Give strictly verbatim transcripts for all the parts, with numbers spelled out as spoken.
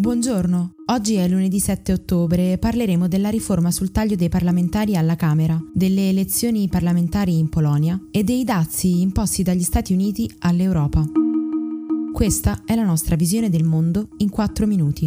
Buongiorno, oggi è lunedì sette ottobre e parleremo della riforma sul taglio dei parlamentari alla Camera, delle elezioni parlamentari in Polonia e dei dazi imposti dagli Stati Uniti all'Europa. Questa è la nostra visione del mondo in quattro minuti.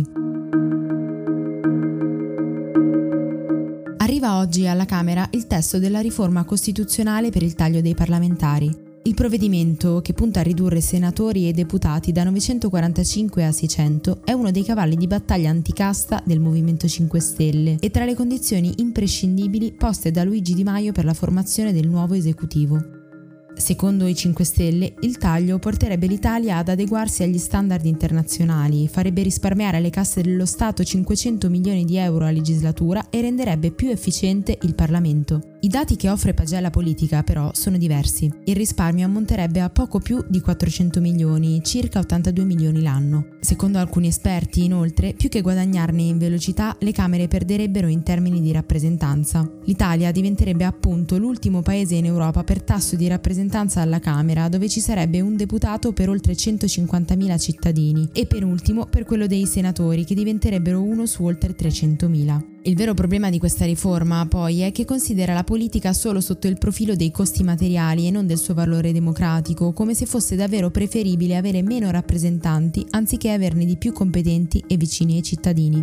Arriva oggi alla Camera il testo della riforma costituzionale per il taglio dei parlamentari. Il provvedimento, che punta a ridurre senatori e deputati da novecentoquarantacinque a seicento, è uno dei cavalli di battaglia anticasta del Movimento cinque Stelle e tra le condizioni imprescindibili poste da Luigi Di Maio per la formazione del nuovo esecutivo. Secondo i cinque Stelle, il taglio porterebbe l'Italia ad adeguarsi agli standard internazionali, farebbe risparmiare alle casse dello Stato cinquecento milioni di euro a legislatura e renderebbe più efficiente il Parlamento. I dati che offre Pagella Politica, però, sono diversi. Il risparmio ammonterebbe a poco più di quattrocento milioni, circa ottantadue milioni l'anno. Secondo alcuni esperti, inoltre, più che guadagnarne in velocità, le Camere perderebbero in termini di rappresentanza. L'Italia diventerebbe appunto l'ultimo paese in Europa per tasso di rappresentanza alla Camera, dove ci sarebbe un deputato per oltre centocinquantamila cittadini, e per ultimo per quello dei senatori, che diventerebbero uno su oltre trecentomila. Il vero problema di questa riforma, poi, è che considera la politica solo sotto il profilo dei costi materiali e non del suo valore democratico, come se fosse davvero preferibile avere meno rappresentanti anziché averne di più competenti e vicini ai cittadini.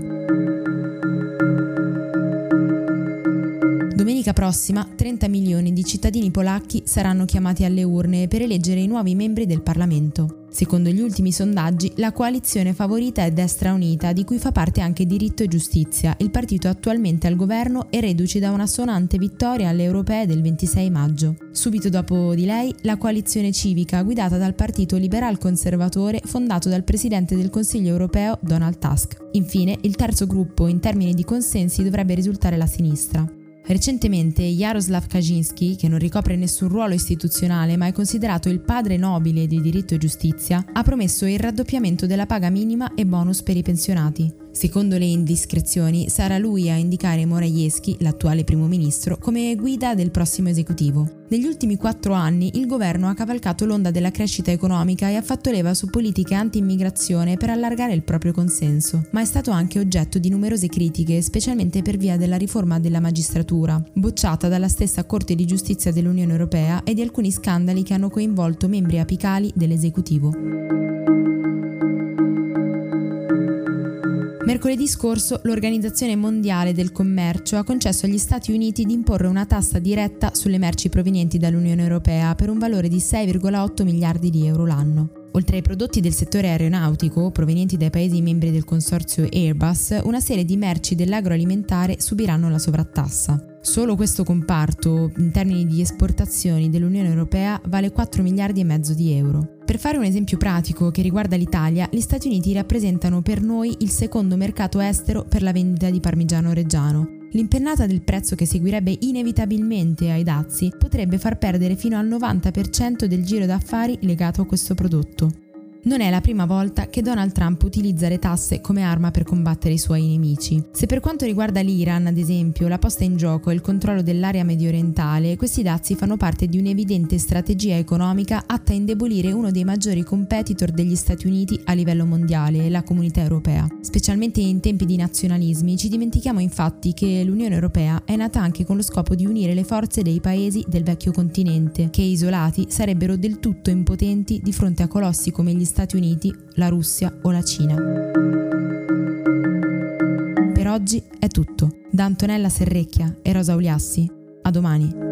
Domenica prossima trenta milioni di cittadini polacchi saranno chiamati alle urne per eleggere i nuovi membri del Parlamento. Secondo gli ultimi sondaggi, la coalizione favorita è Destra Unita, di cui fa parte anche Diritto e Giustizia, il partito attualmente al governo e reduce da una sonante vittoria alle europee del ventisei maggio. Subito dopo di lei, la coalizione civica, guidata dal partito liberal conservatore fondato dal presidente del Consiglio europeo Donald Tusk. Infine, il terzo gruppo in termini di consensi dovrebbe risultare la sinistra. Recentemente Jarosław Kaczyński, che non ricopre nessun ruolo istituzionale ma è considerato il padre nobile di diritto e giustizia, ha promesso il raddoppiamento della paga minima e bonus per i pensionati. Secondo le indiscrezioni, sarà lui a indicare Morawiecki, l'attuale primo ministro, come guida del prossimo esecutivo. Negli ultimi quattro anni il governo ha cavalcato l'onda della crescita economica e ha fatto leva su politiche anti-immigrazione per allargare il proprio consenso, ma è stato anche oggetto di numerose critiche, specialmente per via della riforma della magistratura, bocciata dalla stessa Corte di Giustizia dell'Unione Europea, e di alcuni scandali che hanno coinvolto membri apicali dell'esecutivo. Mercoledì scorso l'Organizzazione Mondiale del Commercio ha concesso agli Stati Uniti di imporre una tassa diretta sulle merci provenienti dall'Unione Europea per un valore di sei virgola otto miliardi di euro l'anno. Oltre ai prodotti del settore aeronautico, provenienti dai paesi membri del consorzio Airbus, una serie di merci dell'agroalimentare subiranno la sovrattassa. Solo questo comparto, in termini di esportazioni dell'Unione Europea, vale quattro miliardi e mezzo di euro. Per fare un esempio pratico che riguarda l'Italia, gli Stati Uniti rappresentano per noi il secondo mercato estero per la vendita di parmigiano reggiano. L'impennata del prezzo, che seguirebbe inevitabilmente ai dazi, potrebbe far perdere fino al novanta per cento del giro d'affari legato a questo prodotto. Non è la prima volta che Donald Trump utilizza le tasse come arma per combattere i suoi nemici. Se per quanto riguarda l'Iran, ad esempio, la posta in gioco e il controllo dell'area mediorientale, questi dazi fanno parte di un'evidente strategia economica atta a indebolire uno dei maggiori competitor degli Stati Uniti a livello mondiale, la Comunità Europea. Specialmente in tempi di nazionalismi, ci dimentichiamo infatti che l'Unione Europea è nata anche con lo scopo di unire le forze dei paesi del vecchio continente, che isolati sarebbero del tutto impotenti di fronte a colossi come gli Stati Uniti, la Russia o la Cina. Per oggi è tutto. Da Antonella Serrecchia e Rosa Uliassi, a domani.